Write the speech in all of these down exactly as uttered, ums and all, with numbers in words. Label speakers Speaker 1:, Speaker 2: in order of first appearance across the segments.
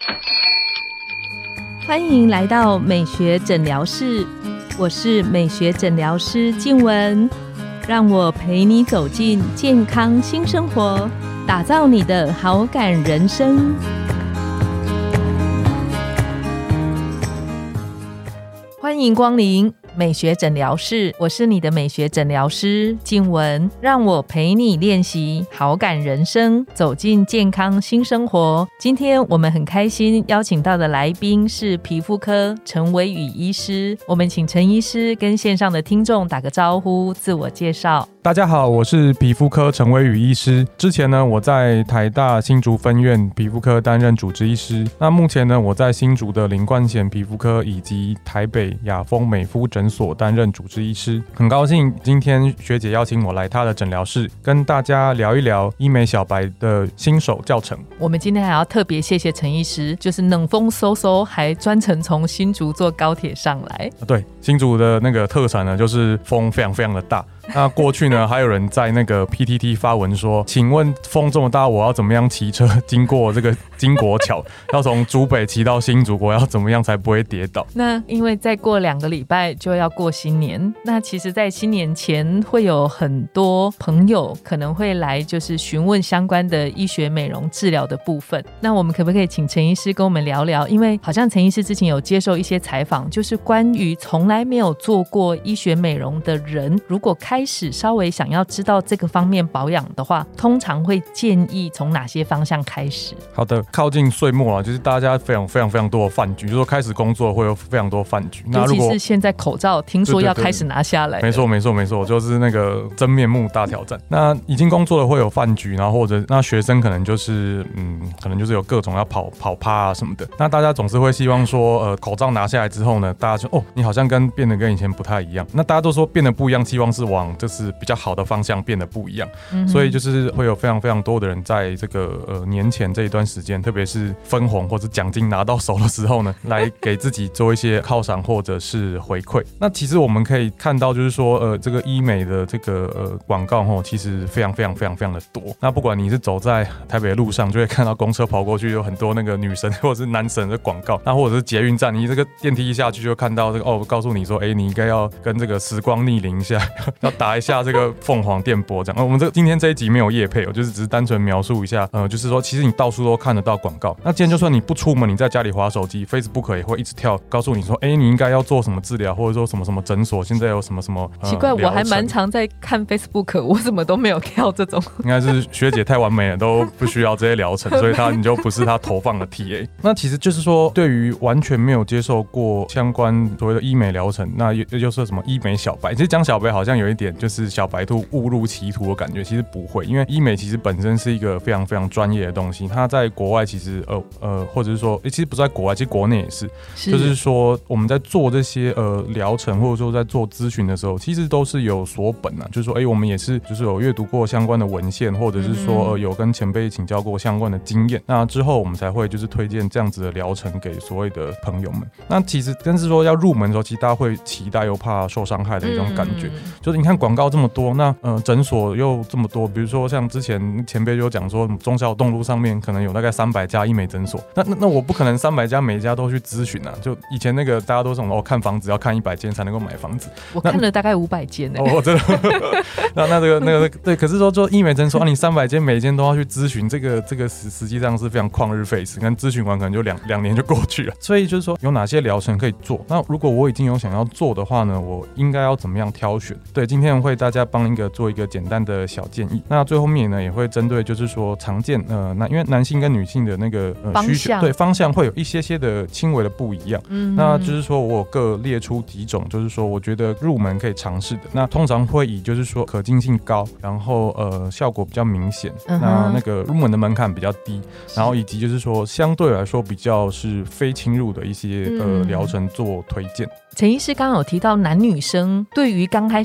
Speaker 1: 欢迎来到美学诊疗室，我是美学诊疗师静雯，让我陪你走进健康新生活，打造你的好感人生。欢迎光临美学诊疗室，我是你的美学诊疗师静雯，让我陪你练习好感人生，走进健康新生活。今天我们很开心邀请到的来宾是皮肤科陈维宇医师，我们请陈医师跟线上的听众打个招呼，自我介绍。
Speaker 2: 大家好，我是皮肤科陈维宇医师。之前呢，我在台大新竹分院皮肤科担任主治医师。那目前呢，我在新竹的林冠贤皮肤科以及台北雅丰美肤诊所担任主治医师。很高兴今天学姐邀请我来她的诊疗室，跟大家聊一聊医美小白的新手教程。
Speaker 1: 我们今天还要特别谢谢陈医师，就是冷风嗖嗖，还专程从新竹坐高铁上来。
Speaker 2: 对，新竹的那个特产呢，就是风非常非常的大。那过去呢，还有人在那个 P T T 发文说，请问风这么大，我要怎么样骑车经过这个金国桥？要从竹北骑到新竹，我要怎么样才不会跌倒？
Speaker 1: 那因为再过两个礼拜就要过新年，那其实在新年前会有很多朋友可能会来就是询问相关的医学美容治疗的部分。那我们可不可以请陈医师跟我们聊聊？因为好像陈医师之前有接受一些采访，就是关于从来没有做过医学美容的人，如果开开始稍微想要知道这个方面保养的话，通常会建议从哪些方向开始？
Speaker 2: 好的，靠近岁末了，就是大家非常非常非常多的饭局，就是说开始工作会有非常多饭局。
Speaker 1: 尤其是现在口罩听说要开始拿下来。
Speaker 2: 没错没错没错，就是那个真面目大挑战。那已经工作的会有饭局，然后或者那学生可能就是嗯，可能就是有各种要跑跑趴啊什么的。那大家总是会希望说，呃，口罩拿下来之后呢，大家就哦，你好像跟变得跟以前不太一样。那大家都说变得不一样，希望是往就是比较好的方向变得不一样，嗯、所以就是会有非常非常多的人在这个呃年前这一段时间，特别是分红或者奖金拿到手的时候呢，来给自己做一些犒赏或者是回馈。那其实我们可以看到，就是说呃这个医美的这个呃广告吼，其实非常非常非常非常的多。那不管你是走在台北的路上，就会看到公车跑过去有很多那个女神或者是男神的广告。那或者是捷运站，你这个电梯一下去就看到这个哦，告诉你说，哎、欸，你应该要跟这个时光逆龄一下，要打一下这个凤凰电波这样。呃、我们这今天这一集没有业配，我就是只是单纯描述一下，呃，就是说其实你到处都看得到广告。那今天就算你不出门，你在家里滑手机 ，Facebook 也会一直跳，告诉你说，哎、欸，你应该要做什么治疗，或者说什么什么诊所现在有什么什么。呃、
Speaker 1: 奇怪，我还蛮常在看 Facebook， 我怎么都没有跳这种。
Speaker 2: 应该是学姐太完美了，都不需要这些疗程，所以她你就不是她投放的 T A。那其实就是说，对于完全没有接受过相关所谓的医美疗程，那也就是什么医美小白，其实讲小白好像有一点就是小白兔误入歧途的感觉，其实不会，因为医美其实本身是一个非常非常专业的东西，它在国外其实呃呃，或者是说，欸、其实不是在国外，其实国内也是，是就是说我们在做这些呃疗程或者说在做咨询的时候，其实都是有所本啊，就是说，哎、欸，我们也是就是有阅读过相关的文献，或者是说呃有跟前辈请教过相关的经验，那之后我们才会就是推荐这样子的疗程给所谓的朋友们。那其实但是说要入门的时候，其实大家会期待又怕受伤害的一种感觉，嗯、就是你看广告这么多，那呃诊所又这么多，比如说像之前前辈就讲说，中小东路上面可能有大概三百家医美诊所，那那那我不可能三百家每一家都去咨询啊。就以前那个大家都是哦，看房子要看一百间才能够买房子，
Speaker 1: 我看了大概五百间哦，
Speaker 2: 真的。那那这个那个对，可是说做医美诊所啊，你三百间每一间都要去咨询，这个这个实实际上是非常旷日费时，跟咨询完可能就两两年就过去了。所以就是说有哪些疗程可以做？那如果我已经有想要做的话呢，我应该要怎么样挑选？对，今天会大家帮一个做一个简单的小建议。那最后面呢也会针对就是说常见呃，那因为男性跟女性的那个、呃、需求对方向会有一些些的轻微的不一样。嗯，那就是说我有各列出几种，就是说我觉得入门可以尝试的。那通常会以就是说可进性高，然后呃效果比较明显，嗯、那那个入门的门槛比较低，然后以及就是说相对来说比较是非侵入的一些呃疗程做推荐。
Speaker 1: 陈医师刚刚有提到男女生对于刚开始入门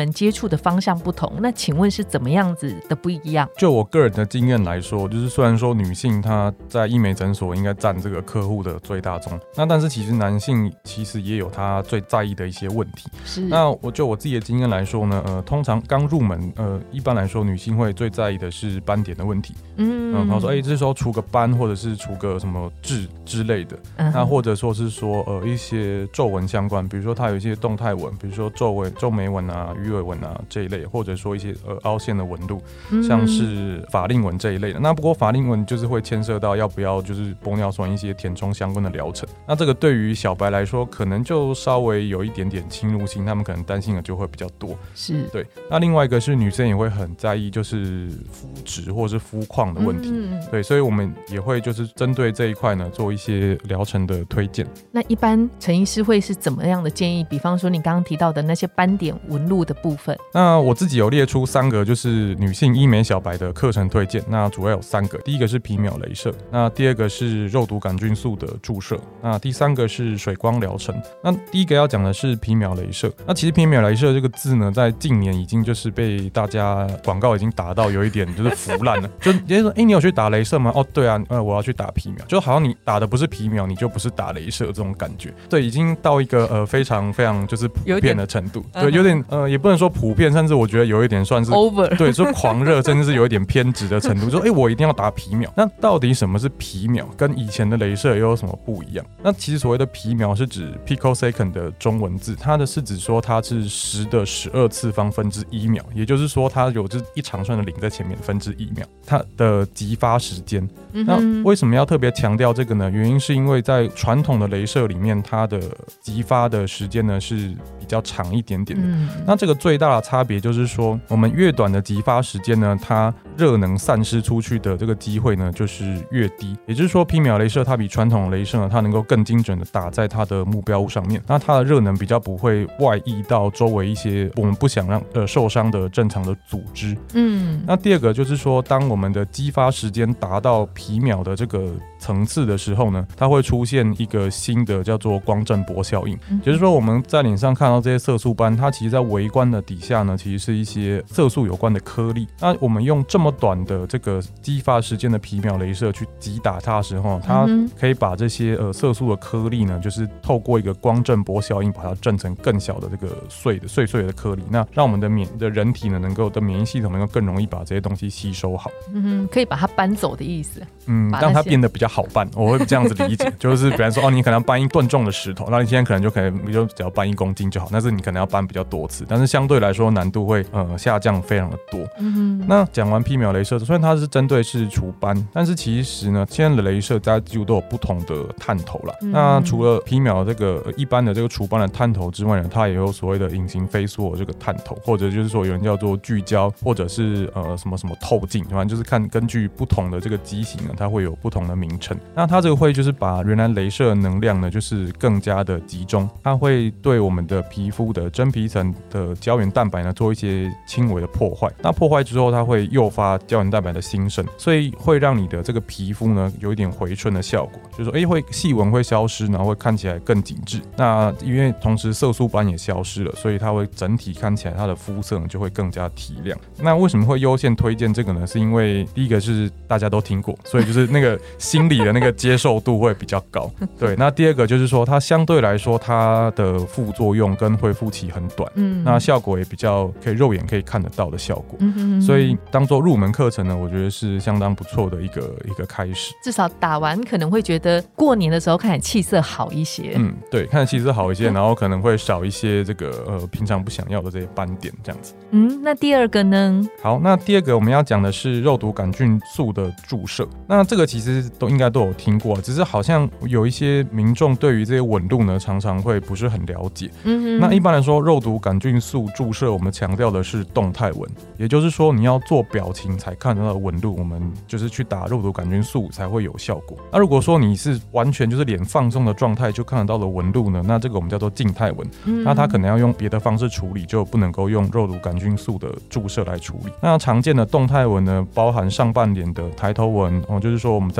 Speaker 1: 们接触的方向不同，那请问是怎么样子的不一样？
Speaker 2: 就我个人的经验来说，就是虽然说女性她在医美诊所应该占这个客户的最大宗，那但是其实男性其实也有他最在意的一些问题。
Speaker 1: 是，
Speaker 2: 那我就我自己的经验来说呢，呃，通常刚入门，呃，一般来说女性会最在意的是斑点的问题。嗯，然后说，哎、欸，这时候除个斑，或者是除个什么痣之类的，嗯、那或者说是说，呃，一些皱纹相关，比如说它有一些动态纹，比如说皱纹、皱眉纹啊、鱼尾纹啊这一类，或者说一些呃凹陷的纹路，像是法令纹这一类的。那不过法令纹就是会牵涉到要不要就是玻尿酸一些填充相关的疗程。那这个对于小白来说，可能就稍微有一点点侵入性，他们可能担心的就会比较多。
Speaker 1: 是，
Speaker 2: 对。那另外一个是女生也会很在意，就是肤质或者是肤况的问题。嗯，对，所以我们也会就是针对这一块呢做一些疗程的推荐。
Speaker 1: 那一般陈医师会是怎么样的建议？比方说你刚刚提到的那些斑点纹路的部分。
Speaker 2: 那我自己有列出三个就是女性医美小白的课程推荐，那主要有三个。第一个是皮秒雷射，那第二个是肉毒杆菌素的注射，那第三个是水光疗程。那第一个要讲的是皮秒雷射。那其实皮秒雷射这个字呢，在近年已经就是被大家广告已经打到有一点就是腐烂了，就直接说，哎、欸，你有去打雷射吗？哦，对啊，呃，我要去打皮秒，就好像你打的不是皮秒，你就不是打雷射这种感觉。对，已经到一个呃非常非常就是普遍的程度，对，有点呃也不能说普遍，甚至我觉得有一点算是
Speaker 1: over，
Speaker 2: 对，说狂热，甚至是有一点偏执的程度，说哎、欸，我一定要打皮秒。那到底什么是皮秒？跟以前的雷射又有什么不一样？那其实所谓的皮秒是指 picosecond 的中文字，它的是指说它是十的十二次方分之一秒，也就是说它有这一长串的零在前面，分之一秒，它的激发时间。嗯、那为什么要特别强调这个呢？原因是因为在传统的雷射里面，它的激发的时间呢是比较长一点点的。嗯、那这个最大的差别就是说，我们越短的激发时间呢，它热能散失出去的这个机会呢就是越低。也就是说，皮秒雷射它比传统雷射呢，它能够更精准的打在它的目标物上面，那它的热能比较不会外溢到周围一些我们不想让呃受伤的正常的组织。嗯，那第二个就是说，当我们的激发时间达到皮秒的这个层次的时候呢，它会出现一个新的叫做光振波效应。嗯、就是说我们在脸上看到这些色素斑，它其实在微观的底下呢，其实是一些色素有关的颗粒。那我们用这么短的这个激发时间的皮秒雷射去击打它的时候，它可以把这些呃色素的颗粒呢，就是透过一个光振波效应把它震成更小的这个碎的碎碎的颗粒，那让我们的免的人体呢能够的免疫系统能够更容易把这些东西吸收好。
Speaker 1: 嗯哼，可以把它搬走的意思。
Speaker 2: 嗯，让它变得比较好搬，我会这样子理解，就是比方说哦，你可能要搬一吨重的石头，那你现在可能就可能就只要搬一公斤就好，但是你可能要搬比较多次，但是相对来说难度会呃下降非常的多。嗯哼，那讲完皮秒雷射，虽然它是针对是除斑，但是其实呢，现在的雷射大家几乎都有不同的探头啦。嗯、那除了皮秒这个、呃、一般的这个除斑的探头之外呢，它也有所谓的隐形飞梭的这个探头，或者就是说有人叫做聚焦，或者是呃什么什么透镜，反正就是看根据不同的这个机型呢，它会有不同的名称。那它这个会就是把原来雷射的能量呢，就是更加的集中，它会对我们的皮肤的真皮层的胶原蛋白呢做一些轻微的破坏。那破坏之后，它会诱发胶原蛋白的新生，所以会让你的这个皮肤呢有一点回春的效果，就是说，哎、欸，会细纹会消失，然后会看起来更紧致。那因为同时色素斑也消失了，所以它会整体看起来它的肤色呢就会更加提亮。那为什么会优先推荐这个呢？是因为第一个是大家都听过，所以就是那个心理的那个接受度会比较高。对，那第二个就是说，它相对来说它的副作用跟恢复期很短，嗯，那效果也比较可以肉眼可以看得到的效果，嗯哼哼，所以当做入门课程呢，我觉得是相当不错的一个一个开始。
Speaker 1: 至少打完可能会觉得过年的时候看起来气色好一些，
Speaker 2: 嗯，对，看起来气色好一些，然后可能会少一些这个呃平常不想要的这些斑点这样子。
Speaker 1: 嗯，那第二个呢？
Speaker 2: 好，那第二个我们要讲的是肉毒杆菌素的注射。那这个其实都应该都有听过，只是好像有一些民众对于这些纹路呢，常常会不是很了解。嗯哼，那一般来说，肉毒杆菌素注射我们强调的是动态纹，也就是说你要做表情才看得到的纹路，我们就是去打肉毒杆菌素才会有效果。那如果说你是完全就是脸放松的状态就看得到的纹路呢，那这个我们叫做静态纹。嗯，那它可能要用别的方式处理，就不能够用肉毒杆菌素的注射来处理。那常见的动态纹呢，包含上半脸的抬头纹，哦，就是说我们在额头上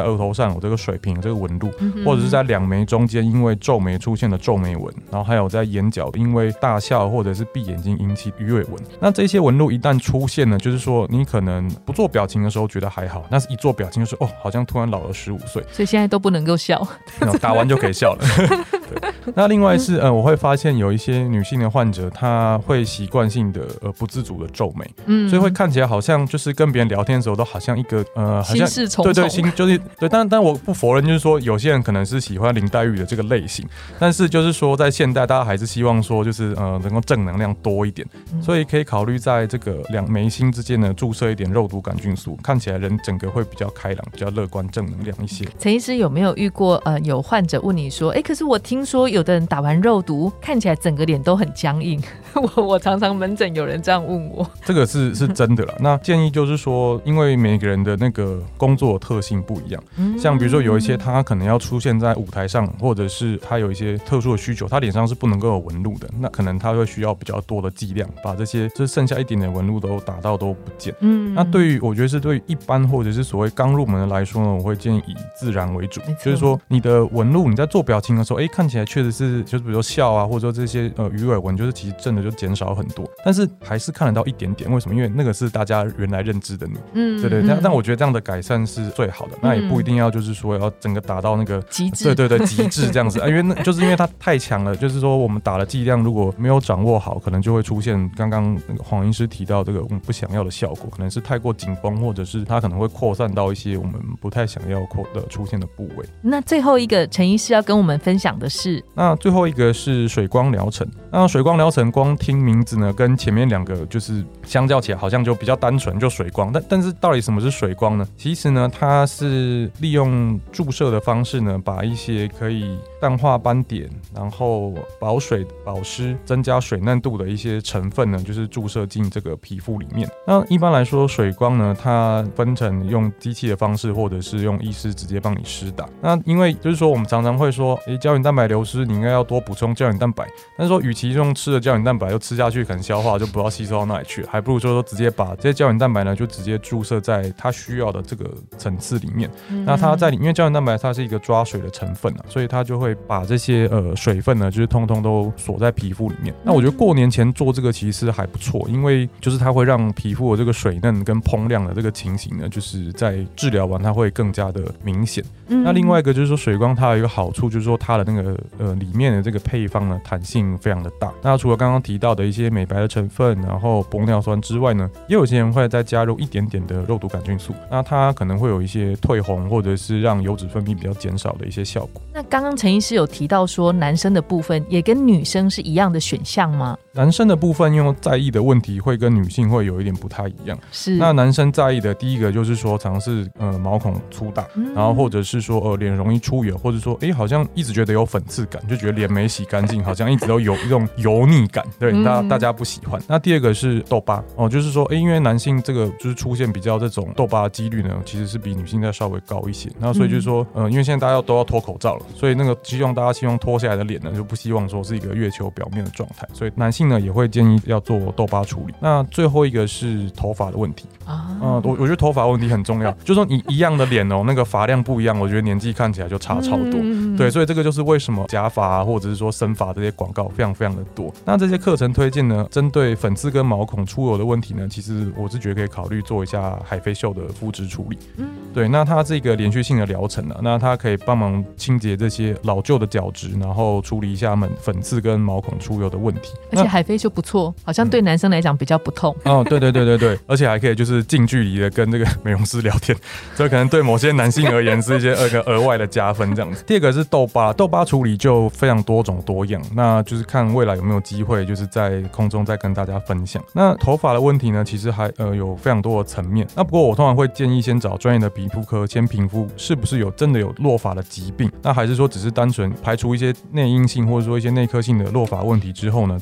Speaker 2: 上有这个水平这个纹路，
Speaker 1: 嗯、
Speaker 2: 或者是在两眉中间因为皱眉出现的皱眉纹，然后还有在眼角因为大笑或者是闭眼睛引起鱼尾纹。那这些纹路一旦出现呢，就是说你可能不做表情的时候觉得还好，但是一做表情就是哦，好像突然老了十五岁，
Speaker 1: 所以现在都不能够笑，
Speaker 2: 打完就可以笑了。对，那另外是呃，我会发现有一些女性的患者，她会习惯性的呃不自主的皱眉，嗯，所以会看起来好像就是跟别人聊天的时候都好像一个呃，好像
Speaker 1: 心事重重，
Speaker 2: 对对，心就是对，但但我不否认，就是说有些人可能是喜欢林黛玉的这个类型，但是就是说在现代大家还是希望说就是呃能够正能量多一点，嗯、所以可以考虑在这个两眉心之间呢注射一点肉毒杆菌素，看起来人整个会比较开朗、比较乐观、正能量一些。
Speaker 1: 陈医师有没有遇过呃有患者问你说，哎，可是我听说有的人打完肉毒看起来整个脸都很僵硬，我我常常门诊有人这样问我，
Speaker 2: 这个是是真的啦。那建议就是说，因为每个人的那个工作特性不一样，嗯、像比如说有一些他可能要出现在舞台上，或者是他有一些特殊的需求，他脸上是不能够有纹路的，那可能他会需要比较多的剂量，把这些就是剩下一点点纹路都打到都不见。嗯，那对于我觉得是对于一般或者是所谓刚入门的来说呢，我会建议以自然为主，就是说你的纹路你在做表情的时候，哎，看起来确实是就是比如说笑啊，或者说这些呃鱼尾纹，就是其实真的就减少很多，但是还是看得到一点点。为什么？因为那个是大家原来认知的你，嗯，对对。但但我觉得这样的改善是最好的，嗯、那也不一定要就是说要整个达到那个
Speaker 1: 极致，
Speaker 2: 对对对，极致这样子啊，因为那就是因为它太强了，就是说我们打的剂量如果没有掌握好，可能就会出现刚刚那个黄医师提到这个我们不想要的效果，可能是太过紧绷，或者是它可能会扩散到一些我们不太想要扩的出现的部位。
Speaker 1: 那最后一个陈医师要跟我们分享的是，
Speaker 2: 那最后一个是水光疗程。那水光疗程光听名字呢，跟前面两个就是相较起来好像就比较单纯，就水光。但但是到底什么是水光呢？其实呢，它是利用注射的方式呢，把一些可以淡化斑点，然后保水保湿、增加水嫩度的一些成分呢，就是注射进这个皮肤里面。那一般来说，水光呢，它分成用机器的方式，或者是用医师直接帮你施打。那因为就是说，我们常常会说，诶，胶原蛋白流失，你应该要多补充胶原蛋白。但是说，与其用吃的胶原蛋白又吃下去，可能消化就不知道吸收到哪里去，还不如说说直接把这些胶原蛋白呢，就直接注射在它需要的这个层次里面。嗯、那它在里，因为胶原蛋白它是一个抓水的成分啊，所以它就会把这些呃水分呢，就是通通都锁在皮肤里面。那我觉得过年前做这个其实还不错，因为就是它会让皮肤的这个水嫩跟膨亮的这个情形呢，就是在治疗完它会更加的明显。嗯、那另外一个就是说，水光它有一个好处，就是说它的那个呃里面的这个配方呢，弹性非常的大。那除了刚刚提到的一些美白的成分，然后玻尿酸之外呢，也有些人会再加入一点点的肉毒杆菌素，那它可能会有一些退红或者是让油脂分泌比较减少的一些效果。
Speaker 1: 那刚刚陈医师有提到说，男生的部分也跟女生是一样的选项吗？
Speaker 2: 男生的部分因为在意的问题会跟女性会有一点不太一样。
Speaker 1: 是，
Speaker 2: 那男生在意的第一个就是说，常是呃毛孔粗大，嗯、然后或者是说呃脸容易出油，或者说哎、欸、好像一直觉得有粉刺感，就觉得脸没洗干净，好像一直都有一种油腻感，对，嗯、大大家不喜欢。那第二个是痘疤哦，就是说哎、欸、因为男性这个就是出现比较这种痘疤的几率呢，其实是比女性再稍微高一些。那所以就是说呃因为现在大家都要脱口罩了，所以那个希望大家希望脱下来的脸呢，就不希望说是一个月球表面的状态，所以男性呢也会建议要做痘疤处理。那最后一个是头发的问题啊、呃，我我觉得头发问题很重要，就是说你一样的脸哦，那个发量不一样，我觉得年纪看起来就差超多。嗯、对，所以这个就是为什么假发啊，或者是说生发这些广告非常非常的多。那这些课程推荐呢，针对粉刺跟毛孔出油的问题呢，其实我是觉得可以考虑做一下海飞秀的肤质处理。嗯，对，那它这个连续性的疗程啊，那它可以帮忙清洁这些老旧的角质，然后处理一下粉粉刺跟毛孔出油的问题。
Speaker 1: 而且海飞秀不错，好像对男生来讲比较不痛。
Speaker 2: 哦，对对对对对，而且还可以就是近距离的跟这个美容师聊天，这可能对某些男性而言是一些额额外的加分这样子。第二个是痘疤，痘疤处理就非常多种多样，那就是看未来有没有机会，就是在空中再跟大家分享。那头发的问题呢，其实还呃有非常多的层面。那不过我通常会建议先找专业的皮肤科先评估是不是有真的有落发的疾病，那还是说只是单纯排除一些内因性或者说一些内科性的落发问题之后呢，再来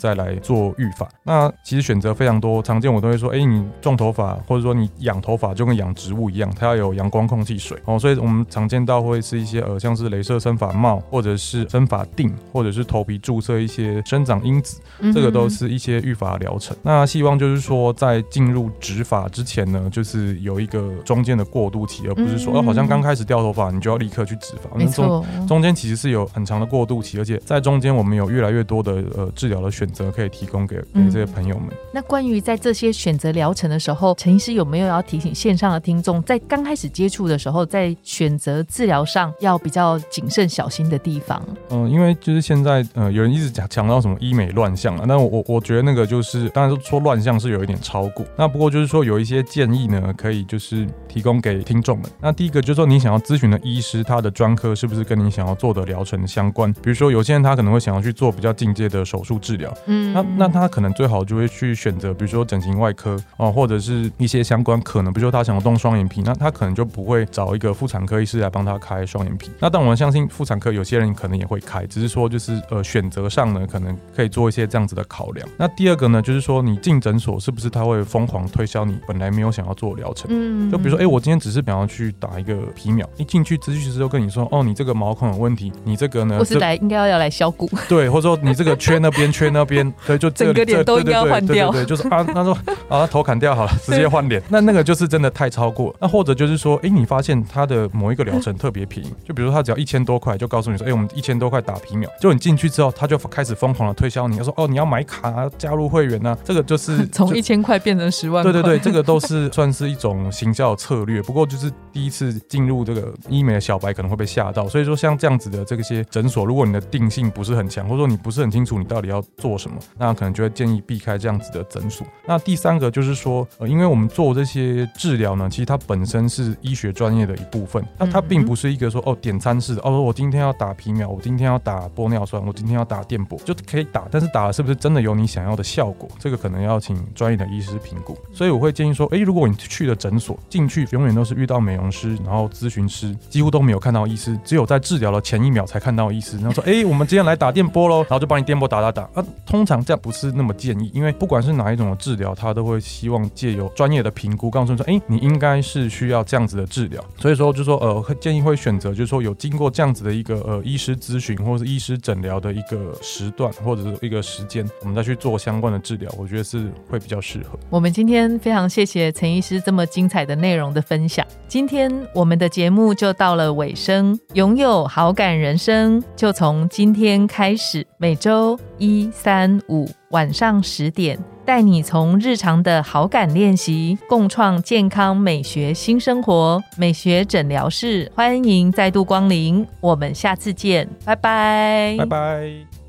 Speaker 2: 做育发。那其实选择非常多，常见我都会说，哎、欸，你种头发或者说你养头发就跟养植物一样，它要有阳光、空气、水哦，所以我们常见到会是一些呃像是雷射生发帽，或者是生发锭，或者是头皮注射一些生长因子，这个都是一些育发疗程。那希望就是说在进入植发之前呢，就是有一个中间的过渡期，而不是说、嗯、哦好像刚开始掉头发你就要立刻去植发，
Speaker 1: 没错，
Speaker 2: 中间其实是有很长的过渡期，而且在中间我们有越来越多的呃治疗的选择可以提供给给这些朋友们、嗯。
Speaker 1: 那关于在这些选择疗程的时候，陈医师有没有要提醒线上的听众，在刚开始接触的时候，在选择治疗上要比较谨慎小心的地方？
Speaker 2: 嗯、呃，因为就是现在呃有人一直讲强调什么医美乱象啊，但我我我觉得那个就是当然说乱象是有一点超过，那不过就是说有一些建议呢，可以就是提供给听众们。那第一个就是说你想要咨询的医师，他的专科是不是跟你想要做的疗程相关？比如说有些人他可能会想要去做比较进阶的手术治疗，嗯，那那他可能最好就会去选择比如说整形外科哦，或者是一些相关可能，比如说他想要动双眼皮，那他可能就不会找一个妇产科医师来帮他开双眼皮。那但我们相信妇产科有些人可能也会开，只是说就是呃选择上呢，可能可以做一些这样子的考量。那第二个呢，就是说你进诊所是不是他会疯狂推销你本来没有想要做的疗程？嗯，就比如说，哎、欸，我今天只是想要去打一个皮秒，一进去咨询师就跟你说，哦，你这个毛孔有问题，你这个呢，
Speaker 1: 或是来应该要来削骨，
Speaker 2: 对，或者说你这个缺那边缺那边，对，就这
Speaker 1: 整个脸都应该要换掉，
Speaker 2: 对对对，就是啊，他说啊，头砍掉好了，直接换脸，那那个就是真的太超过。那或者就是说，哎、欸，你发现他的某一个疗程特别便宜，就比如说他只要一千多块，就告诉你说，哎、欸，我们一千多块打皮秒，就你进去之后，他就开始疯狂的推销你，他说哦，你要买卡啊，加入会员啊，这个就是
Speaker 1: 从一千块变成十万块，
Speaker 2: 对对对，这个都是算是一种行销策略。不过就是第一次进入这个医美的小白可能会被吓到，所以说像这样子的这些诊所，如果你的定性不是很强，或者说你不是很清楚你到底要做什么，那可能就会建议避开这样子的诊所。那第三个就是说，呃，因为我们做这些治疗呢，其实它本身是医学专业的一部分，那它并不是一个说哦点餐式的，哦我今天要打皮秒，我今天要打玻尿酸，我今天要打电波，就可以打，但是打了是不是真的有你想要的效果，这个可能要请专业的医师评估。所以我会建议说，哎、欸，如果你去了诊所，进去永远都是遇到美容师，然后咨询师，几乎都没有看到医师，只有在治疗的前一秒才看到医师，然后说，哎、欸，我们今天来打电波咯，然后就帮你电波打打打。啊，通常这样不是那么建议，因为不管是哪一种的治疗，他都会希望借由专业的评估，告诉你说，哎、欸，你应该是需要这样子的治疗。所以说，就说呃，建议会选择就是说有经过这样子的一个呃医师咨询或者是医师诊疗的一个时段或者是一个时间，我们再去做相关的治疗，我觉得是会比较适合。
Speaker 1: 我们今天非常谢谢陈医师这么精彩的内容的分享。今天我们的节目就到了尾声，拥有好感人生就从今天开始，每周一、三、五晚上十点，带你从日常的好感练习，共创健康美学新生活。美学诊疗室，欢迎再度光临，我们下次见，拜拜，
Speaker 2: 拜拜。